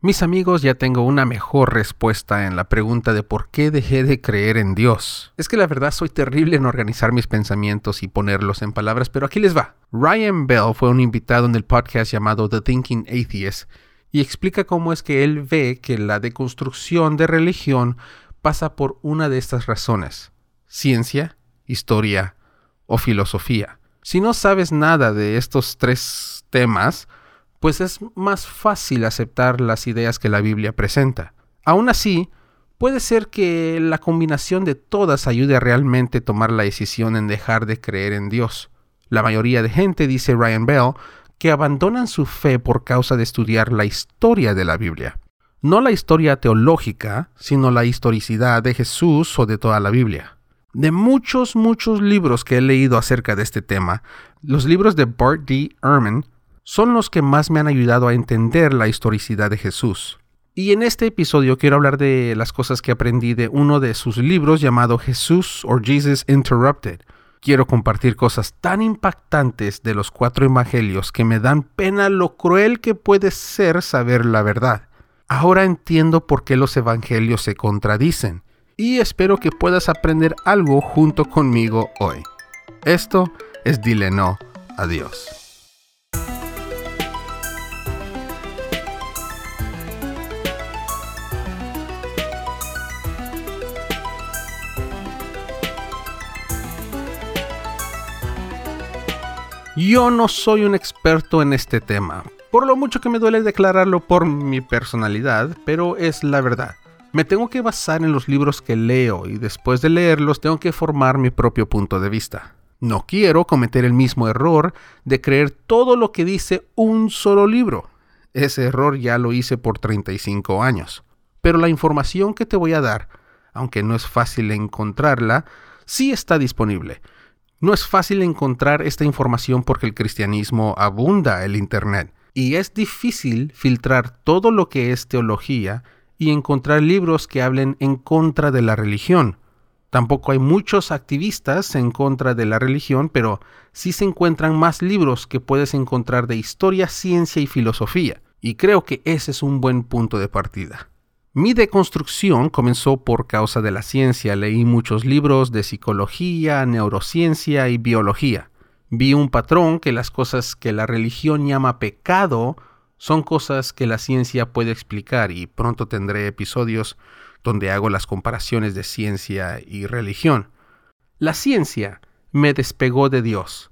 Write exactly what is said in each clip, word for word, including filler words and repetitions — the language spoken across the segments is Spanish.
Mis amigos, ya tengo una mejor respuesta en la pregunta de por qué dejé de creer en Dios. Es que la verdad soy terrible en organizar mis pensamientos y ponerlos en palabras, pero aquí les va. Ryan Bell fue un invitado en el podcast llamado The Thinking Atheist y explica cómo es que él ve que la deconstrucción de religión pasa por una de estas razones: ciencia, historia o filosofía. Si no sabes nada de estos tres temas, pues es más fácil aceptar las ideas que la Biblia presenta. Aún así, puede ser que la combinación de todas ayude a realmente tomar la decisión en dejar de creer en Dios. La mayoría de gente, dice Ryan Bell, que abandonan su fe por causa de estudiar la historia de la Biblia. No la historia teológica, sino la historicidad de Jesús o de toda la Biblia. De muchos, muchos libros que he leído acerca de este tema, los libros de Bart D. Ehrman son los que más me han ayudado a entender la historicidad de Jesús. Y en este episodio quiero hablar de las cosas que aprendí de uno de sus libros llamado Jesús or Jesus Interrupted. Quiero compartir cosas tan impactantes de los cuatro evangelios que me dan pena lo cruel que puede ser saber la verdad. Ahora entiendo por qué los evangelios se contradicen y espero que puedas aprender algo junto conmigo hoy. Esto es Dile No a Dios. Yo no soy un experto en este tema, por lo mucho que me duele declararlo por mi personalidad, pero es la verdad. Me tengo que basar en los libros que leo y después de leerlos tengo que formar mi propio punto de vista. No quiero cometer el mismo error de creer todo lo que dice un solo libro. Ese error ya lo hice por treinta y cinco años. Pero la información que te voy a dar, aunque no es fácil encontrarla, sí está disponible. No es fácil encontrar esta información porque el cristianismo abunda el Internet y es difícil filtrar todo lo que es teología y encontrar libros que hablen en contra de la religión. Tampoco hay muchos activistas en contra de la religión, pero sí se encuentran más libros que puedes encontrar de historia, ciencia y filosofía, y creo que ese es un buen punto de partida. Mi deconstrucción comenzó por causa de la ciencia. Leí muchos libros de psicología, neurociencia y biología. Vi un patrón que las cosas que la religión llama pecado son cosas que la ciencia puede explicar, y pronto tendré episodios donde hago las comparaciones de ciencia y religión. La ciencia me despegó de Dios.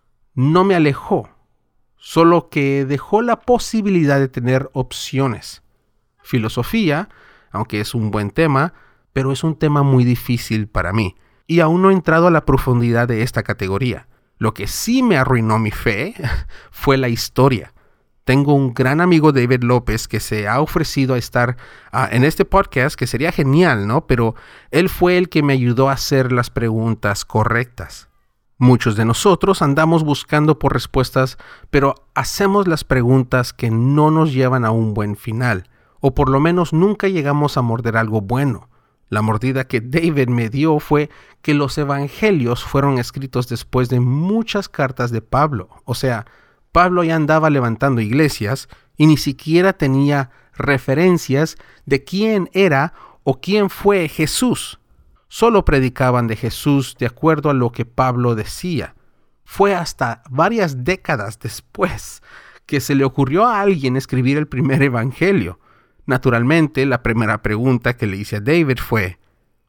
No me alejó, solo que dejó la posibilidad de tener opciones. Filosofía, aunque es un buen tema, pero es un tema muy difícil para mí, y aún no he entrado a la profundidad de esta categoría. Lo que sí me arruinó mi fe fue la historia. Tengo un gran amigo, David López, que se ha ofrecido a estar uh, en este podcast, que sería genial, ¿no? Pero él fue el que me ayudó a hacer las preguntas correctas. Muchos de nosotros andamos buscando por respuestas, pero hacemos las preguntas que no nos llevan a un buen final. O por lo menos nunca llegamos a morder algo bueno. La mordida que David me dio fue que los evangelios fueron escritos después de muchas cartas de Pablo. O sea, Pablo ya andaba levantando iglesias y ni siquiera tenía referencias de quién era o quién fue Jesús. Solo predicaban de Jesús de acuerdo a lo que Pablo decía. Fue hasta varias décadas después que se le ocurrió a alguien escribir el primer evangelio. Naturalmente, la primera pregunta que le hice a David fue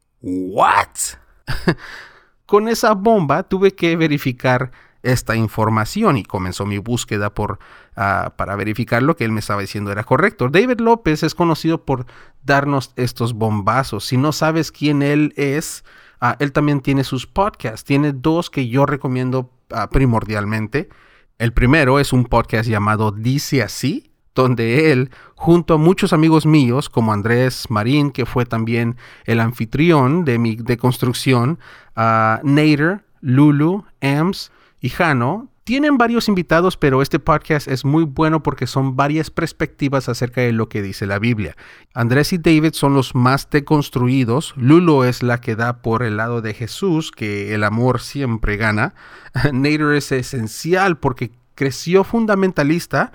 ¿What? Con esa bomba tuve que verificar esta información y comenzó mi búsqueda por, uh, para verificar lo que él me estaba diciendo era correcto. David López es conocido por darnos estos bombazos. Si no sabes quién él es, uh, él también tiene sus podcasts. Tiene dos que yo recomiendo uh, primordialmente. El primero es un podcast llamado Dice Así, donde él, junto a muchos amigos míos, como Andrés Marín, que fue también el anfitrión de mi deconstrucción, uh, Nader, Lulu, Ems y Jano, tienen varios invitados, pero este podcast es muy bueno porque son varias perspectivas acerca de lo que dice la Biblia. Andrés y David son los más deconstruidos. Lulu es la que da por el lado de Jesús, que el amor siempre gana. Nader es esencial porque creció fundamentalista,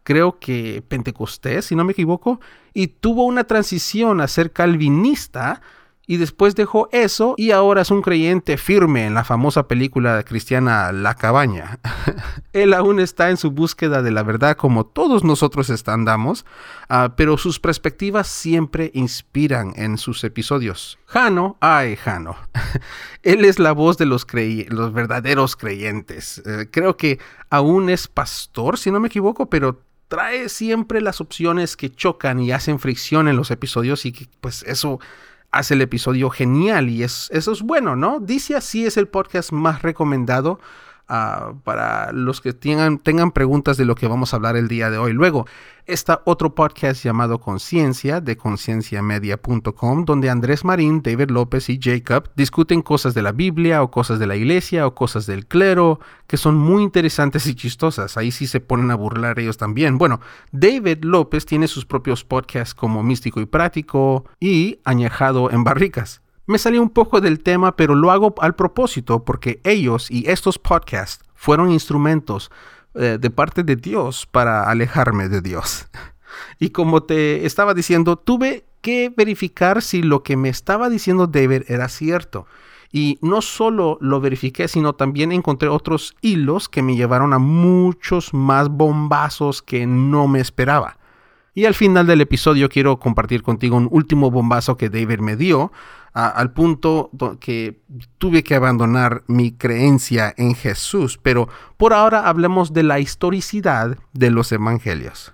creo que pentecostés, si no me equivoco, y tuvo una transición a ser calvinista, y después dejó eso y ahora es un creyente firme en la famosa película cristiana La Cabaña. Él aún está en su búsqueda de la verdad como todos nosotros andamos, uh, pero sus perspectivas siempre inspiran en sus episodios. Jano, ay Jano, él es la voz de los, crey- los verdaderos creyentes. Uh, creo que aún es pastor, si no me equivoco, pero trae siempre las opciones que chocan y hacen fricción en los episodios y que pues eso hace el episodio genial y es, eso es bueno, ¿no? Dice Así es el podcast más recomendado uh, para los que tengan, tengan preguntas de lo que vamos a hablar el día de hoy. Luego está otro podcast llamado Conciencia de conciencia media punto com, donde Andrés Marín, David López y Jacob discuten cosas de la Biblia o cosas de la iglesia o cosas del clero que son muy interesantes y chistosas. Ahí sí se ponen a burlar ellos también. Bueno, David López tiene sus propios podcasts como Místico y Práctico y Añejado en Barricas. Me salí un poco del tema, pero lo hago al propósito porque ellos y estos podcasts fueron instrumentos eh, de parte de Dios para alejarme de Dios. Y como te estaba diciendo, tuve que verificar si lo que me estaba diciendo David era cierto. Y no solo lo verifiqué, sino también encontré otros hilos que me llevaron a muchos más bombazos que no me esperaba. Y al final del episodio quiero compartir contigo un último bombazo que David me dio, a, al punto que tuve que abandonar mi creencia en Jesús. Pero por ahora hablemos de la historicidad de los evangelios.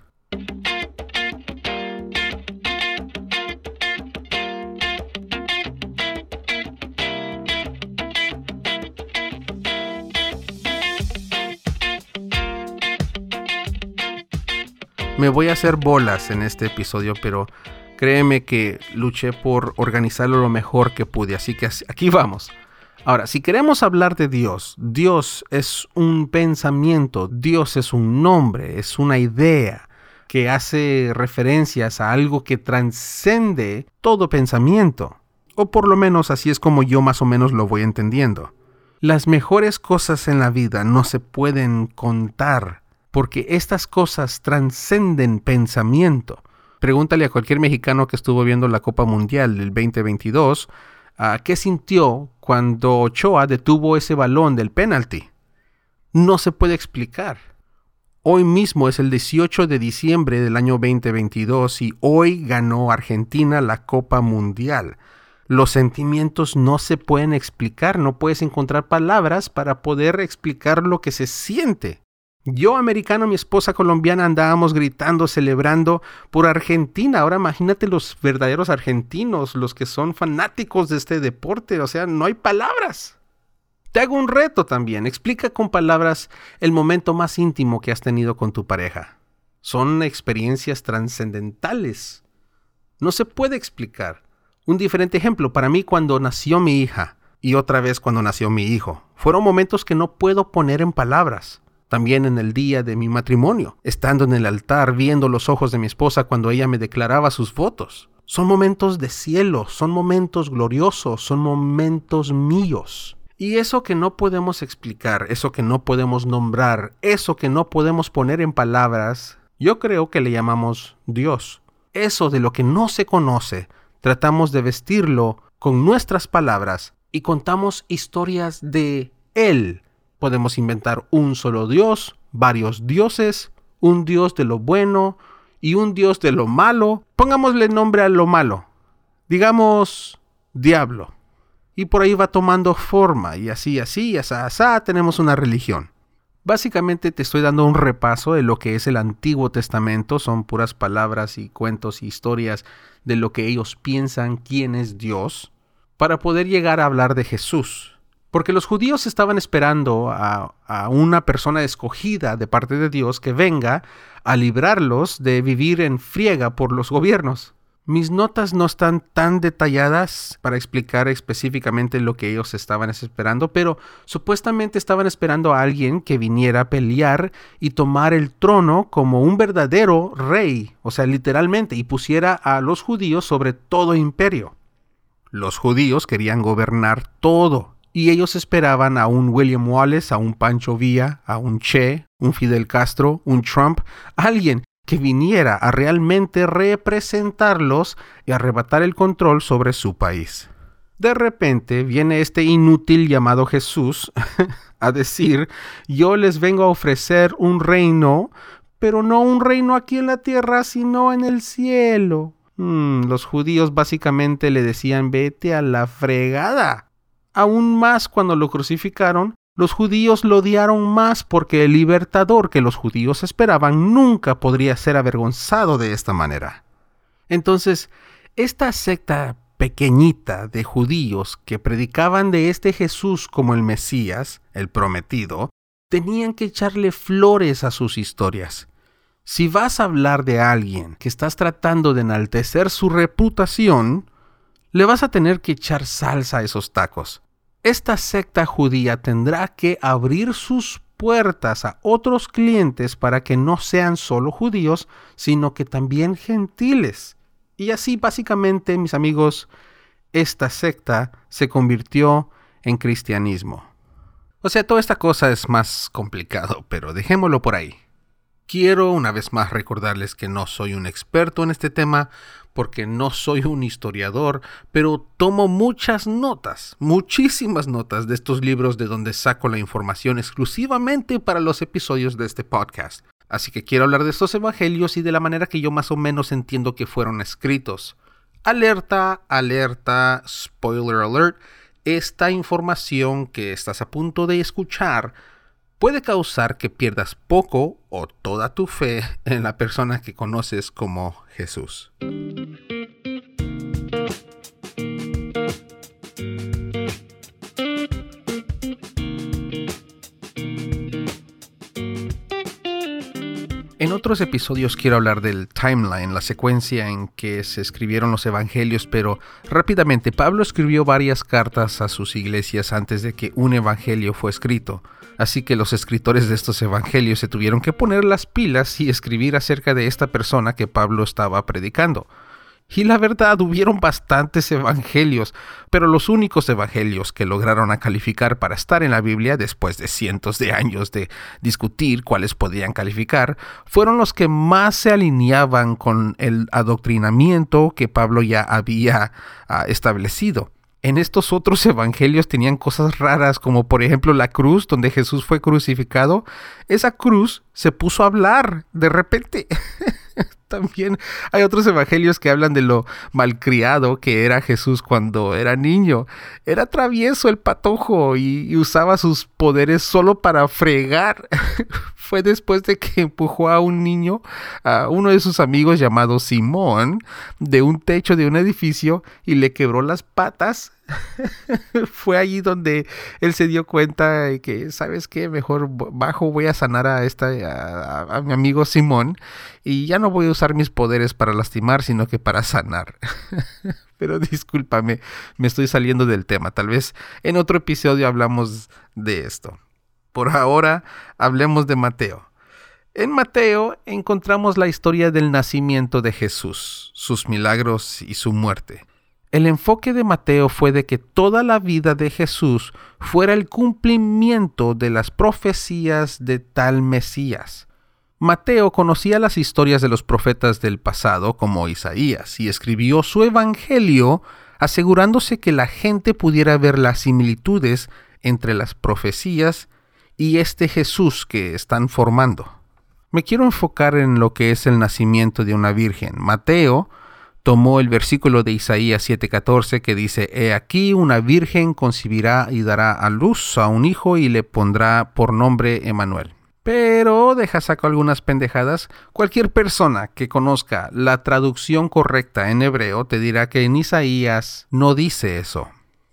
Me voy a hacer bolas en este episodio, pero créeme que luché por organizarlo lo mejor que pude, así que aquí vamos. Ahora, si queremos hablar de Dios, Dios es un pensamiento, Dios es un nombre, es una idea que hace referencias a algo que trascende todo pensamiento. O por lo menos así es como yo más o menos lo voy entendiendo. Las mejores cosas en la vida no se pueden contar, porque estas cosas trascenden pensamiento. Pregúntale a cualquier mexicano que estuvo viendo la Copa Mundial del veinte veintidós, uh, ¿qué sintió cuando Ochoa detuvo ese balón del penalti? No se puede explicar. Hoy mismo es el dieciocho de diciembre del año veinte veintidós y hoy ganó Argentina la Copa Mundial. Los sentimientos no se pueden explicar, no puedes encontrar palabras para poder explicar lo que se siente. Yo, americano, mi esposa colombiana, andábamos gritando, celebrando por Argentina. Ahora imagínate los verdaderos argentinos, los que son fanáticos de este deporte. O sea, no hay palabras. Te hago un reto también. Explica con palabras el momento más íntimo que has tenido con tu pareja. Son experiencias trascendentales. No se puede explicar. Un diferente ejemplo, para mí cuando nació mi hija y otra vez cuando nació mi hijo. Fueron momentos que no puedo poner en palabras. También en el día de mi matrimonio, estando en el altar, viendo los ojos de mi esposa cuando ella me declaraba sus votos. Son momentos de cielo, son momentos gloriosos, son momentos míos. Y eso que no podemos explicar, eso que no podemos nombrar, eso que no podemos poner en palabras, yo creo que le llamamos Dios. Eso de lo que no se conoce, tratamos de vestirlo con nuestras palabras y contamos historias de Él. Podemos inventar un solo Dios, varios dioses, un Dios de lo bueno y un Dios de lo malo. Pongámosle nombre a lo malo. Digamos, diablo. Y por ahí va tomando forma y así, así, asá, asá, tenemos una religión. Básicamente te estoy dando un repaso de lo que es el Antiguo Testamento. Son puras palabras y cuentos y historias de lo que ellos piensan quién es Dios, para poder llegar a hablar de Jesús. Porque los judíos estaban esperando a, a una persona escogida de parte de Dios que venga a librarlos de vivir en friega por los gobiernos. Mis notas no están tan detalladas para explicar específicamente lo que ellos estaban esperando, pero supuestamente estaban esperando a alguien que viniera a pelear y tomar el trono como un verdadero rey, o sea, literalmente, y pusiera a los judíos sobre todo imperio. Los judíos querían gobernar todo. Y ellos esperaban a un William Wallace, a un Pancho Villa, a un Che, un Fidel Castro, un Trump, alguien que viniera a realmente representarlos y arrebatar el control sobre su país. De repente viene este inútil llamado Jesús a decir: yo les vengo a ofrecer un reino, pero no un reino aquí en la tierra, sino en el cielo. Hmm, los judíos básicamente le decían: vete a la fregada. Aún más cuando lo crucificaron, los judíos lo odiaron más porque el libertador que los judíos esperaban nunca podría ser avergonzado de esta manera. Entonces, esta secta pequeñita de judíos que predicaban de este Jesús como el Mesías, el prometido, tenían que echarle flores a sus historias. Si vas a hablar de alguien que estás tratando de enaltecer su reputación, le vas a tener que echar salsa a esos tacos. Esta secta judía tendrá que abrir sus puertas a otros clientes para que no sean solo judíos, sino que también gentiles. Y así básicamente, mis amigos, esta secta se convirtió en cristianismo. O sea, toda esta cosa es más complicado, pero dejémoslo por ahí. Quiero una vez más recordarles que no soy un experto en este tema, porque no soy un historiador, pero tomo muchas notas, muchísimas notas de estos libros de donde saco la información exclusivamente para los episodios de este podcast. Así que quiero hablar de estos evangelios y de la manera que yo más o menos entiendo que fueron escritos. Alerta, alerta, spoiler alert, esta información que estás a punto de escuchar puede causar que pierdas poco o toda tu fe en la persona que conoces como Jesús. En otros episodios quiero hablar del timeline, la secuencia en que se escribieron los evangelios, pero rápidamente, Pablo escribió varias cartas a sus iglesias antes de que un evangelio fue escrito. Así que los escritores de estos evangelios se tuvieron que poner las pilas y escribir acerca de esta persona que Pablo estaba predicando. Y la verdad, hubieron bastantes evangelios, pero los únicos evangelios que lograron a calificar para estar en la Biblia, después de cientos de años de discutir cuáles podían calificar, fueron los que más se alineaban con el adoctrinamiento que Pablo ya había uh, establecido. En estos otros evangelios tenían cosas raras, como por ejemplo la cruz donde Jesús fue crucificado. Esa cruz se puso a hablar de repente. También hay otros evangelios que hablan de lo malcriado que era Jesús cuando era niño. Era travieso el patojo y, y usaba sus poderes solo para fregar. Fue después de que empujó a un niño, a uno de sus amigos llamado Simón, de un techo de un edificio y le quebró las patas. Fue allí donde él se dio cuenta de que, ¿sabes qué? Mejor bajo, voy a sanar a, esta, a, a, a mi amigo Simón y ya no voy a usar mis poderes para lastimar, sino que para sanar. Pero discúlpame, me estoy saliendo del tema. Tal vez en otro episodio hablamos de esto. Por ahora, hablemos de Mateo. En Mateo encontramos la historia del nacimiento de Jesús, sus milagros y su muerte. El enfoque de Mateo fue de que toda la vida de Jesús fuera el cumplimiento de las profecías de tal Mesías. Mateo conocía las historias de los profetas del pasado, como Isaías, y escribió su evangelio asegurándose que la gente pudiera ver las similitudes entre las profecías y este Jesús que están formando. Me quiero enfocar en lo que es el nacimiento de una virgen. Mateo tomó el versículo de Isaías siete catorce que dice: He aquí una virgen concebirá y dará a luz a un hijo y le pondrá por nombre Emmanuel. Pero deja saco algunas pendejadas. Cualquier persona que conozca la traducción correcta en hebreo te dirá que en Isaías no dice eso.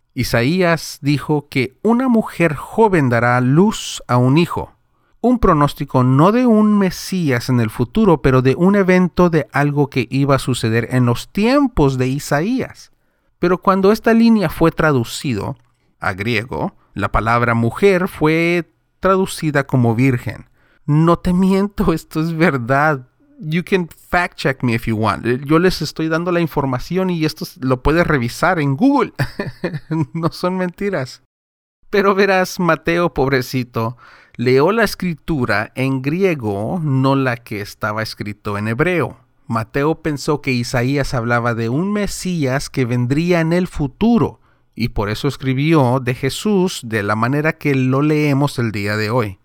Isaías dijo que una mujer joven dará luz a un hijo. Un pronóstico no de un Mesías en el futuro, pero de un evento de algo que iba a suceder en los tiempos de Isaías. Pero cuando esta línea fue traducido a griego, la palabra mujer fue traducida como virgen. No te miento, esto es verdad. You can fact check me if you want. Yo les estoy dando la información y esto lo puedes revisar en Google. No son mentiras. Pero verás, Mateo, pobrecito, leyó la escritura en griego, no la que estaba escrito en hebreo. Mateo pensó que Isaías hablaba de un Mesías que vendría en el futuro, y por eso escribió de Jesús de la manera que lo leemos el día de hoy.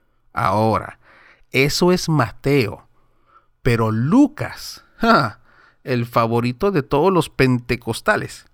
Ahora, eso es Mateo, pero Lucas, ¡ja!, el favorito de todos los pentecostales.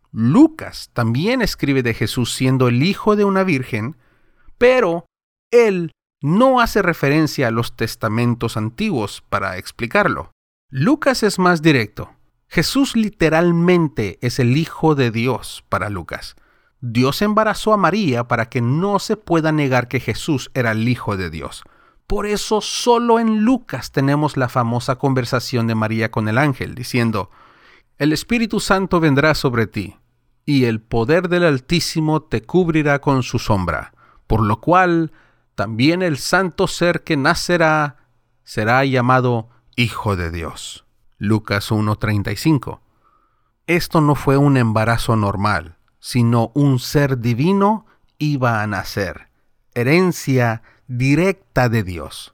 Lucas también escribe de Jesús siendo el hijo de una virgen, pero él no hace referencia a los testamentos antiguos para explicarlo. Lucas es más directo. Jesús literalmente es el Hijo de Dios para Lucas. Dios embarazó a María para que no se pueda negar que Jesús era el Hijo de Dios. Por eso solo en Lucas tenemos la famosa conversación de María con el ángel, diciendo: «El Espíritu Santo vendrá sobre ti, y el poder del Altísimo te cubrirá con su sombra, por lo cual también el santo ser que nacerá será llamado Hijo de Dios». Lucas uno treinta y cinco. Esto no fue un embarazo normal, sino un ser divino iba a nacer, herencia directa de Dios.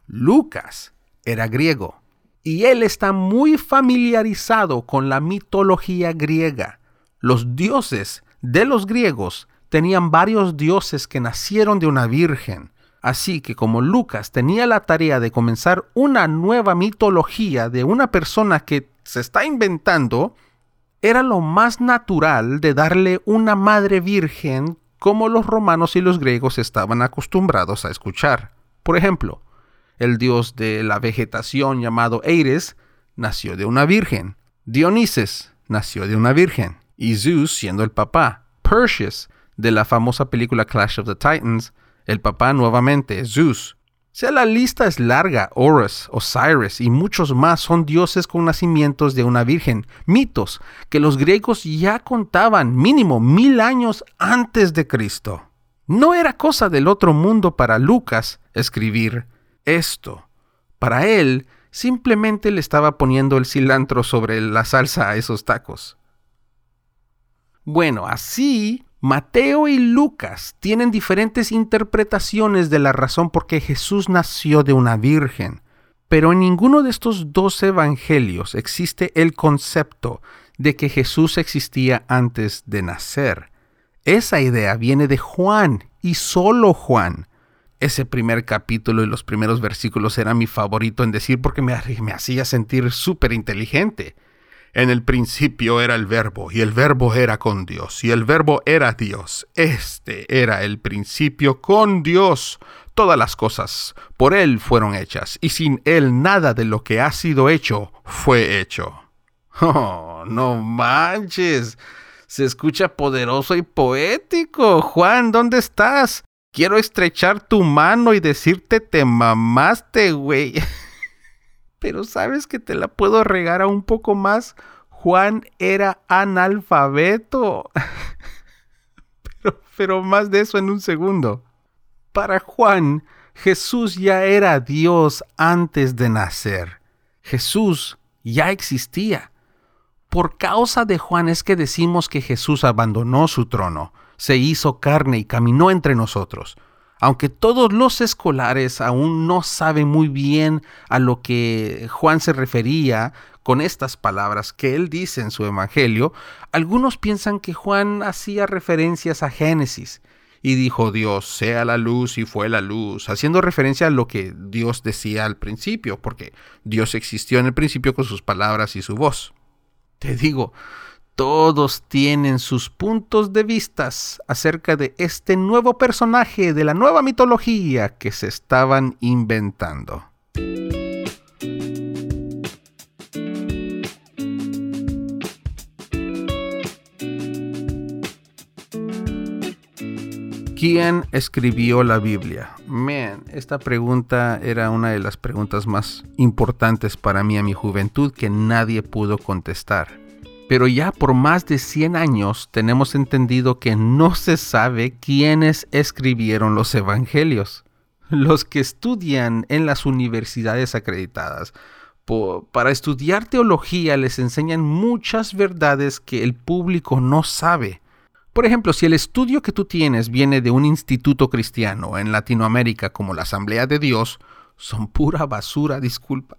Lucas era griego, y él está muy familiarizado con la mitología griega. Los dioses de los griegos tenían varios dioses que nacieron de una virgen. Así que como Lucas tenía la tarea de comenzar una nueva mitología de una persona que se está inventando, era lo más natural de darle una madre virgen como los romanos y los griegos estaban acostumbrados a escuchar. Por ejemplo, el dios de la vegetación llamado Ares nació de una virgen. Dionises nació de una virgen. Y Zeus siendo el papá. Perseus, de la famosa película Clash of the Titans, el papá nuevamente es Zeus. O sea, la lista es larga. Horus, Osiris y muchos más son dioses con nacimientos de una virgen. Mitos que los griegos ya contaban mínimo mil años antes de Cristo. No era cosa del otro mundo para Lucas escribir esto. Para él, simplemente le estaba poniendo el cilantro sobre la salsa a esos tacos. Bueno, así Mateo y Lucas tienen diferentes interpretaciones de la razón por qué Jesús nació de una virgen, pero en ninguno de estos dos evangelios existe el concepto de que Jesús existía antes de nacer. Esa idea viene de Juan y solo Juan. Ese primer capítulo y los primeros versículos era mi favorito en decir porque me, me hacía sentir súper inteligente. En el principio era el Verbo, y el Verbo era con Dios, y el Verbo era Dios. Este era el principio con Dios. Todas las cosas por Él fueron hechas, y sin Él nada de lo que ha sido hecho fue hecho. ¡Oh, no manches! Se escucha poderoso y poético. Juan, ¿dónde estás? Quiero estrechar tu mano y decirte te mamaste, güey. Pero ¿sabes que te la puedo regar a un poco más? Juan era analfabeto. pero, pero más de eso en un segundo. Para Juan, Jesús ya era Dios antes de nacer. Jesús ya existía. Por causa de Juan es que decimos que Jesús abandonó su trono, se hizo carne y caminó entre nosotros. Aunque todos los escolares aún no saben muy bien a lo que Juan se refería con estas palabras que él dice en su evangelio, algunos piensan que Juan hacía referencias a Génesis y dijo Dios sea la luz y fue la luz, haciendo referencia a lo que Dios decía al principio, porque Dios existió en el principio con sus palabras y su voz. Te digo, todos tienen sus puntos de vista acerca de este nuevo personaje de la nueva mitología que se estaban inventando. ¿Quién escribió la Biblia? Man, esta pregunta era una de las preguntas más importantes para mí en mi juventud que nadie pudo contestar. Pero ya por más de cien años tenemos entendido que no se sabe quiénes escribieron los evangelios. Los que estudian en las universidades acreditadas po- para estudiar teología les enseñan muchas verdades que el público no sabe. Por ejemplo, si el estudio que tú tienes viene de un instituto cristiano en Latinoamérica como la Asamblea de Dios, son pura basura, disculpa.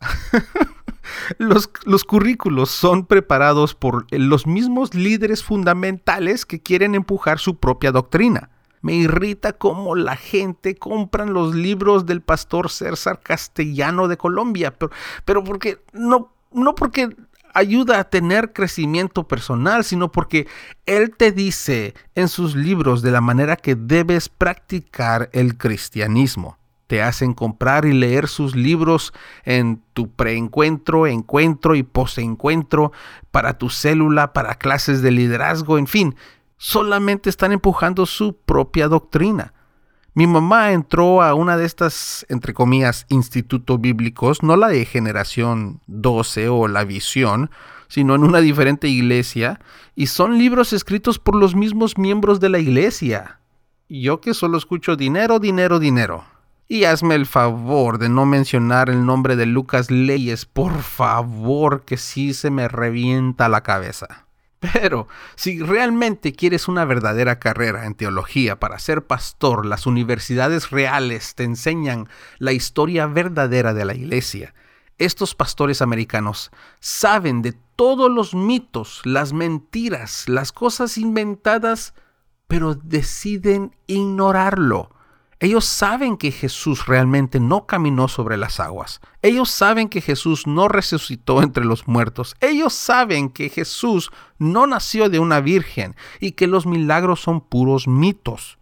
Los, los currículos son preparados por los mismos líderes fundamentales que quieren empujar su propia doctrina. Me irrita cómo la gente compra los libros del pastor César Castellano de Colombia, pero, pero porque no, no porque ayuda a tener crecimiento personal, sino porque él te dice en sus libros de la manera que debes practicar el cristianismo. Te hacen comprar y leer sus libros en tu preencuentro, encuentro y posencuentro, para tu célula, para clases de liderazgo, en fin. Solamente están empujando su propia doctrina. Mi mamá entró a una de estas, entre comillas, institutos bíblicos, no la de Generación doce o La Visión, sino en una diferente iglesia, y son libros escritos por los mismos miembros de la iglesia. Y yo que solo escucho dinero, dinero, dinero. Y hazme el favor de no mencionar el nombre de Lucas Leyes, por favor, que sí se me revienta la cabeza. Pero si realmente quieres una verdadera carrera en teología para ser pastor, las universidades reales te enseñan la historia verdadera de la iglesia. Estos pastores americanos saben de todos los mitos, las mentiras, las cosas inventadas, pero deciden ignorarlo. Ellos saben que Jesús realmente no caminó sobre las aguas. Ellos saben que Jesús no resucitó entre los muertos. Ellos saben que Jesús no nació de una virgen y que los milagros son puros mitos.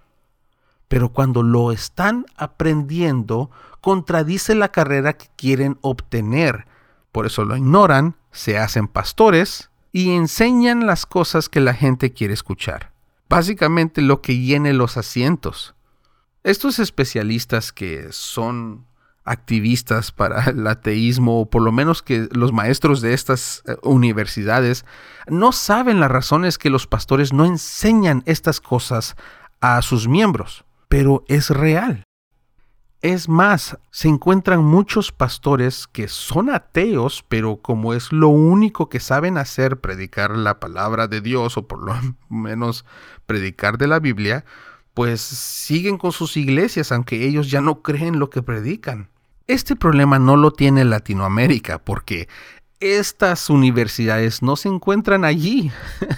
Pero cuando lo están aprendiendo, contradice la carrera que quieren obtener. Por eso lo ignoran, se hacen pastores y enseñan las cosas que la gente quiere escuchar. Básicamente lo que llene los asientos. Estos especialistas que son activistas para el ateísmo, o por lo menos que los maestros de estas eh, universidades, no saben las razones que los pastores no enseñan estas cosas a sus miembros, pero es real. Es más, se encuentran muchos pastores que son ateos, pero como es lo único que saben hacer, predicar la palabra de Dios, o por lo menos predicar de la Biblia, pues siguen con sus iglesias, aunque ellos ya no creen lo que predican. Este problema no lo tiene Latinoamérica, porque estas universidades no se encuentran allí.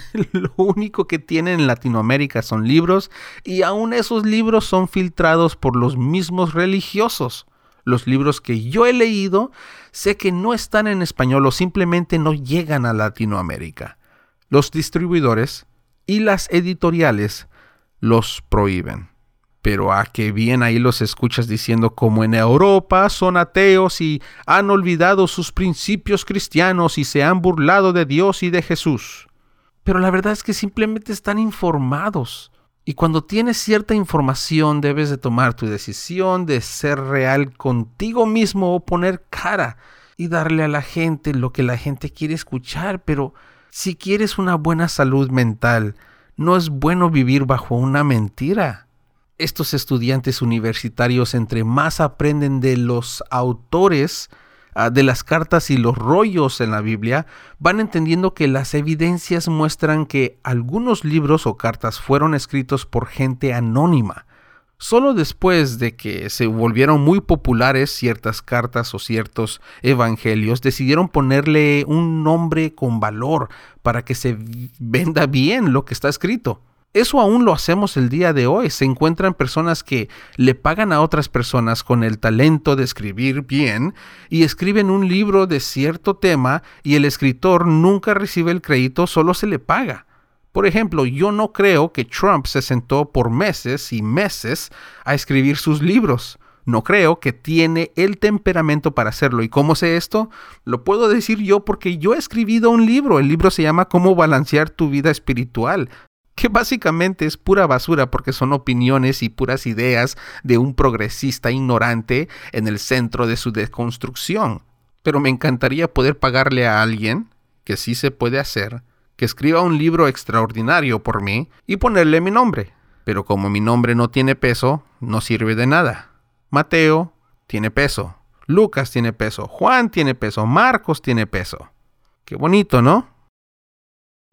Lo único que tienen en Latinoamérica son libros, y aún esos libros son filtrados por los mismos religiosos. Los libros que yo he leído, sé que no están en español o simplemente no llegan a Latinoamérica. Los distribuidores y las editoriales los prohíben. Pero a qué bien ahí los escuchas diciendo como en Europa son ateos y han olvidado sus principios cristianos y se han burlado de Dios y de Jesús. Pero la verdad es que simplemente están informados. Y cuando tienes cierta información debes de tomar tu decisión de ser real contigo mismo o poner cara y darle a la gente lo que la gente quiere escuchar. Pero si quieres una buena salud mental, no es bueno vivir bajo una mentira. Estos estudiantes universitarios, entre más aprenden de los autores uh, de las cartas y los rollos en la Biblia, van entendiendo que las evidencias muestran que algunos libros o cartas fueron escritos por gente anónima. Solo después de que se volvieron muy populares ciertas cartas o ciertos evangelios, decidieron ponerle un nombre con valor para que se venda bien lo que está escrito. Eso aún lo hacemos el día de hoy. Se encuentran personas que le pagan a otras personas con el talento de escribir bien y escriben un libro de cierto tema y el escritor nunca recibe el crédito, solo se le paga. Por ejemplo, yo no creo que Trump se sentó por meses y meses a escribir sus libros. No creo que tiene el temperamento para hacerlo. ¿Y cómo sé esto? Lo puedo decir yo porque yo he escrito un libro. El libro se llama Cómo balancear tu vida espiritual, que básicamente es pura basura porque son opiniones y puras ideas de un progresista ignorante en el centro de su deconstrucción. Pero me encantaría poder pagarle a alguien, que sí se puede hacer, que escriba un libro extraordinario por mí y ponerle mi nombre. Pero como mi nombre no tiene peso, no sirve de nada. Mateo tiene peso, Lucas tiene peso, Juan tiene peso, Marcos tiene peso. Qué bonito, ¿no?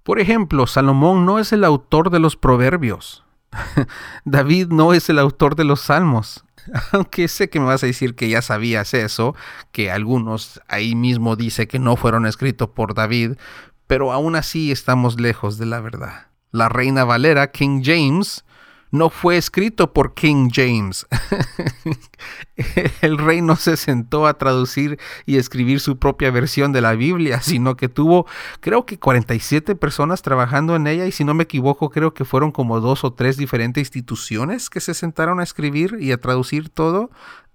Por ejemplo, Salomón no es el autor de los proverbios. David no es el autor de los salmos. Aunque sé que me vas a decir que ya sabías eso, que algunos ahí mismo dice que no fueron escritos por David, pero aún así estamos lejos de la verdad. La Reina Valera, King James, no fue escrito por King James. El rey no se sentó a traducir y escribir su propia versión de la Biblia, sino que tuvo, creo que cuarenta y siete personas trabajando en ella, y si no me equivoco, creo que fueron como dos o tres diferentes instituciones que se sentaron a escribir y a traducir todo.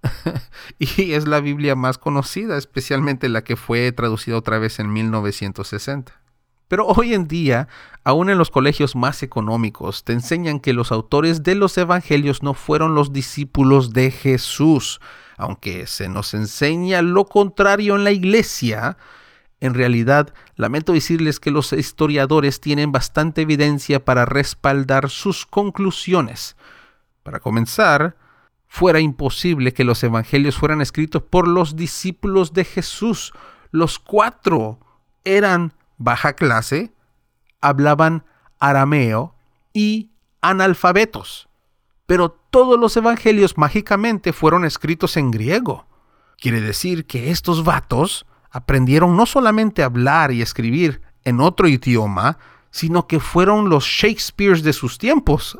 Y es la Biblia más conocida, especialmente la que fue traducida otra vez en mil novecientos sesenta. Pero hoy en día, aún en los colegios más económicos, te enseñan que los autores de los evangelios no fueron los discípulos de Jesús. Aunque se nos enseña lo contrario en la iglesia, en realidad, lamento decirles que los historiadores tienen bastante evidencia para respaldar sus conclusiones. Para comenzar, fuera imposible que los evangelios fueran escritos por los discípulos de Jesús. Los cuatro eran baja clase, hablaban arameo y analfabetos. Pero todos los evangelios mágicamente fueron escritos en griego. Quiere decir que estos vatos aprendieron no solamente a hablar y escribir en otro idioma, sino que fueron los Shakespeares de sus tiempos.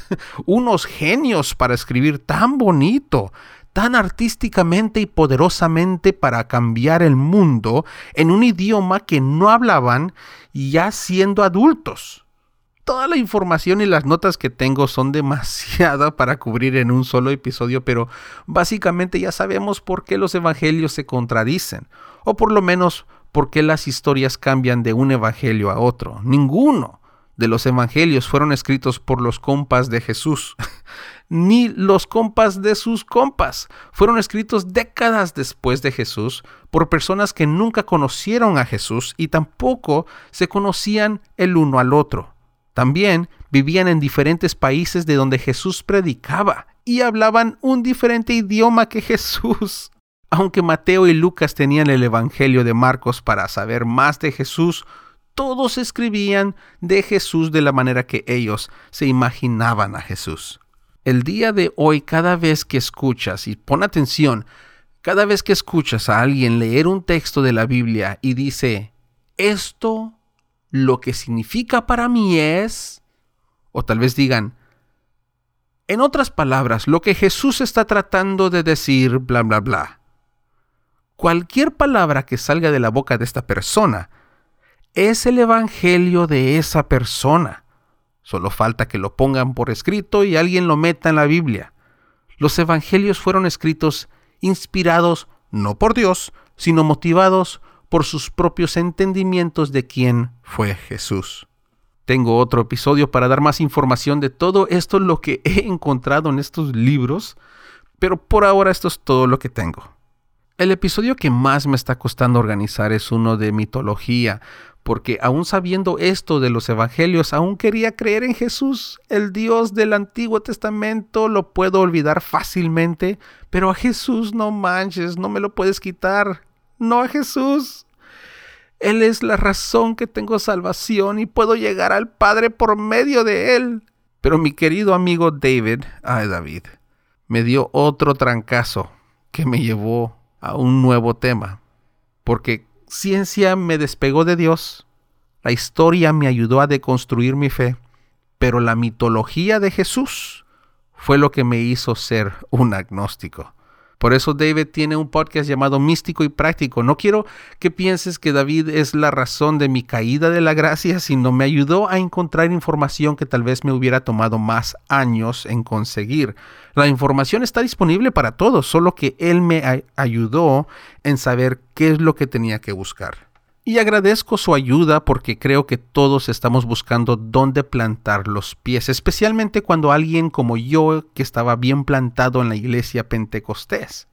Unos genios para escribir tan bonito, tan artísticamente y poderosamente para cambiar el mundo en un idioma que no hablaban ya siendo adultos. Toda la información y las notas que tengo son demasiada para cubrir en un solo episodio, pero básicamente ya sabemos por qué los evangelios se contradicen, o por lo menos por qué las historias cambian de un evangelio a otro. Ninguno de los evangelios fueron escritos por los compas de Jesús, ni los compas de sus compas. Fueron escritos décadas después de Jesús por personas que nunca conocieron a Jesús y tampoco se conocían el uno al otro. También vivían en diferentes países de donde Jesús predicaba y hablaban un diferente idioma que Jesús. Aunque Mateo y Lucas tenían el Evangelio de Marcos para saber más de Jesús, todos escribían de Jesús de la manera que ellos se imaginaban a Jesús. El día de hoy, cada vez que escuchas, y pon atención, cada vez que escuchas a alguien leer un texto de la Biblia y dice, esto lo que significa para mí es, o tal vez digan, en otras palabras, lo que Jesús está tratando de decir, bla, bla, bla. Cualquier palabra que salga de la boca de esta persona es el evangelio de esa persona. Solo falta que lo pongan por escrito y alguien lo meta en la Biblia. Los evangelios fueron escritos inspirados no por Dios, sino motivados por sus propios entendimientos de quién fue Jesús. Tengo otro episodio para dar más información de todo esto, lo que he encontrado en estos libros, pero por ahora esto es todo lo que tengo. El episodio que más me está costando organizar es uno de mitología, porque aún sabiendo esto de los evangelios, aún quería creer en Jesús, el Dios del Antiguo Testamento. Lo puedo olvidar fácilmente, pero a Jesús no manches, no me lo puedes quitar. No a Jesús. Él es la razón que tengo salvación y puedo llegar al Padre por medio de Él. Pero mi querido amigo David, ay David, me dio otro trancazo que me llevó a un nuevo tema, porque ciencia me despegó de Dios, la historia me ayudó a deconstruir mi fe, pero la mitología de Jesús fue lo que me hizo ser un agnóstico. Por eso David tiene un podcast llamado Místico y Práctico. No quiero que pienses que David es la razón de mi caída de la gracia, sino me ayudó a encontrar información que tal vez me hubiera tomado más años en conseguir. La información está disponible para todos, solo que él me a- ayudó en saber qué es lo que tenía que buscar. Y agradezco su ayuda porque creo que todos estamos buscando dónde plantar los pies, especialmente cuando alguien como yo, que estaba bien plantado en la iglesia pentecostés.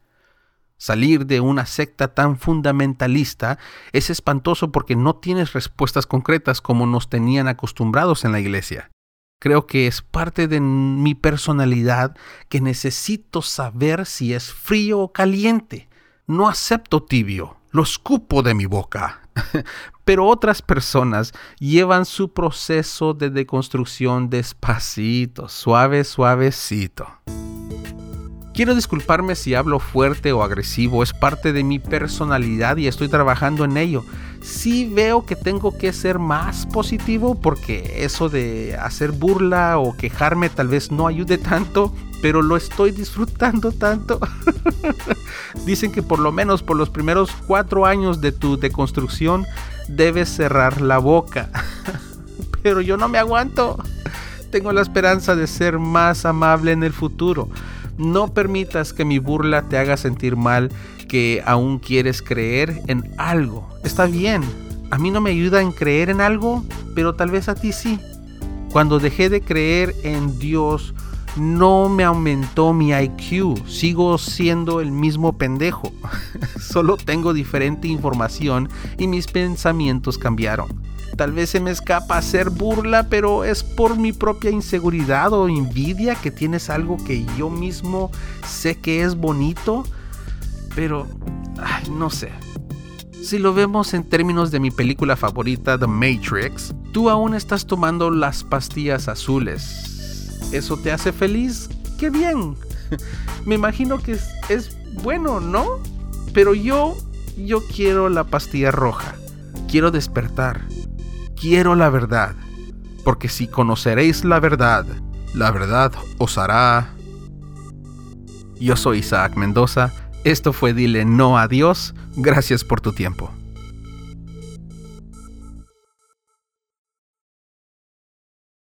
Salir de una secta tan fundamentalista es espantoso porque no tienes respuestas concretas como nos tenían acostumbrados en la iglesia. Creo que es parte de mi personalidad que necesito saber si es frío o caliente. No acepto tibio, lo escupo de mi boca. Pero otras personas llevan su proceso de deconstrucción despacito, suave, suavecito. Quiero disculparme si hablo fuerte o agresivo, es parte de mi personalidad y estoy trabajando en ello. Sí veo que tengo que ser más positivo porque eso de hacer burla o quejarme tal vez no ayude tanto, pero lo estoy disfrutando tanto. Dicen que por lo menos por los primeros cuatro años de tu deconstrucción debes cerrar la boca. Pero yo no me aguanto. Tengo la esperanza de ser más amable en el futuro. No permitas que mi burla te haga sentir mal, que aún quieres creer en algo. Está bien, a mí no me ayuda en creer en algo, pero tal vez a ti sí. Cuando dejé de creer en Dios, no me aumentó mi I Q. Sigo siendo el mismo pendejo. Solo tengo diferente información y mis pensamientos cambiaron. Tal vez se me escapa hacer burla, pero es por mi propia inseguridad o envidia que tienes algo que yo mismo sé que es bonito, pero ay, no sé. Si lo vemos en términos de mi película favorita, The Matrix, tú aún estás tomando las pastillas azules. ¿Eso te hace feliz? ¡Qué bien! Me imagino que es, es bueno, ¿no? Pero yo, yo quiero la pastilla roja. Quiero despertar. Quiero la verdad, porque si conoceréis la verdad, la verdad os hará... Yo soy Isaac Mendoza, esto fue Dile No a Dios, gracias por tu tiempo.